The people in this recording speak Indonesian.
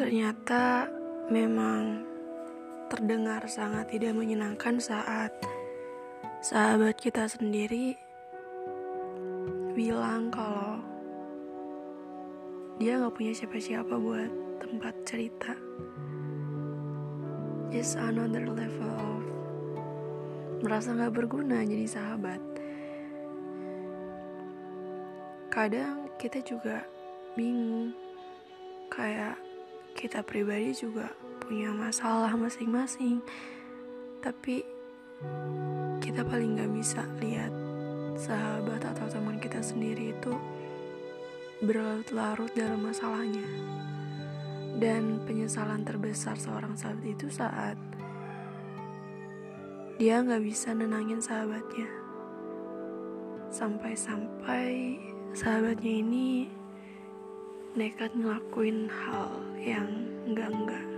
Ternyata memang terdengar sangat tidak menyenangkan saat sahabat kita sendiri bilang kalau dia gak punya siapa-siapa buat tempat cerita. Just another level of merasa gak berguna jadi sahabat. Kadang kita juga bingung, kayak kita pribadi juga punya masalah masing-masing, tapi kita paling gak bisa lihat sahabat atau teman kita sendiri itu berlarut-larut dalam masalahnya. Dan penyesalan terbesar seorang sahabat itu saat dia gak bisa nenangin sahabatnya, sampai-sampai sahabatnya ini nekat ngelakuin hal yang enggak-enggak.